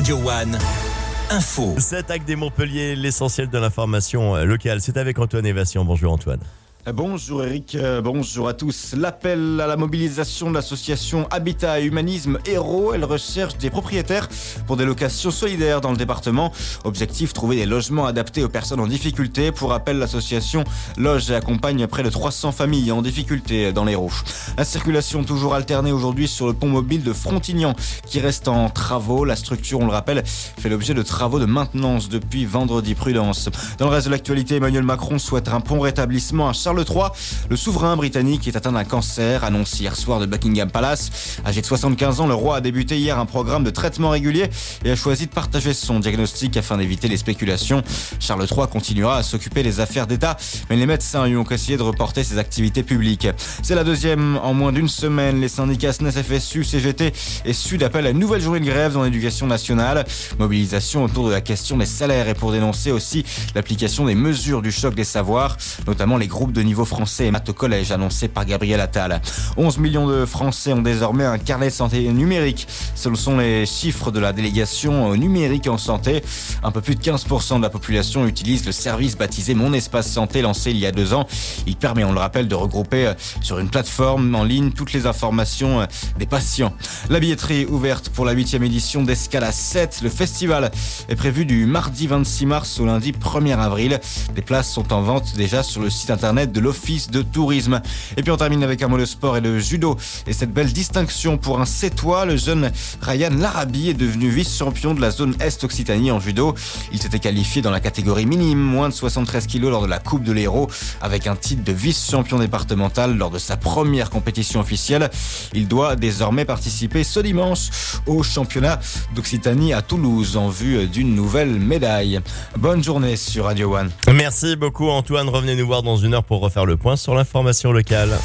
Radio One, info. Cet acte des Montpellier, l'essentiel de l'information locale. C'est avec Antoine Évation. Bonjour Antoine. Bonjour Eric, bonjour à tous. L'appel à la mobilisation de l'association Habitat et Humanisme Héros, elle recherche des propriétaires pour des locations solidaires dans le département. Objectif, trouver des logements adaptés aux personnes en difficulté. Pour rappel, l'association loge et accompagne près de 300 familles en difficulté dans l'Hérault. La circulation toujours alternée aujourd'hui sur le pont mobile de Frontignan qui reste en travaux. La structure, on le rappelle, fait l'objet de travaux de maintenance depuis vendredi. Prudence. Dans le reste de l'actualité, Emmanuel Macron souhaite un prompt rétablissement à Charles III. Le souverain britannique est atteint d'un cancer, annoncé hier soir de Buckingham Palace. Âgé de 75 ans, le roi a débuté hier un programme de traitement régulier et a choisi de partager son diagnostic afin d'éviter les spéculations. Charles III continuera à s'occuper des affaires d'État, mais les médecins lui ont essayé de reporter ses activités publiques. C'est la deuxième en moins d'une semaine. Les syndicats SNES, FSU, CGT et SUD appellent à une nouvelle journée de grève dans l'éducation nationale. Mobilisation autour de la question des salaires et pour dénoncer aussi l'application des mesures du choc des savoirs, notamment les groupes de niveau français et maths au collège annoncés par Gabriel Attal. 11 millions de Français ont désormais un carnet de santé numérique. Ce sont les chiffres de la délégation numérique en santé. Un peu plus de 15% de la population utilise le service baptisé Mon Espace Santé, lancé il y a 2 ans. Il permet, on le rappelle, de regrouper sur une plateforme en ligne toutes les informations des patients. La billetterie ouverte pour la 8e édition d'Escale 7. Le festival est prévu du mardi 26 mars au lundi 1er avril. Les places sont en vente déjà sur le site internet de l'Office de tourisme. Et puis on termine avec un mot de sport et le judo. Et cette belle distinction pour un Sétois, le jeune Ryan Larabi est devenu vice-champion de la zone Est Occitanie en judo. Il s'était qualifié dans la catégorie minime, moins de 73 kg lors de la Coupe de l'Hérault, avec un titre de vice-champion départemental lors de sa première compétition officielle. Il doit désormais participer ce dimanche au championnat d'Occitanie à Toulouse en vue d'une nouvelle médaille. Bonne journée sur Radio One. Merci beaucoup Antoine. Revenez nous voir dans une heure pour refaire le point sur l'information locale.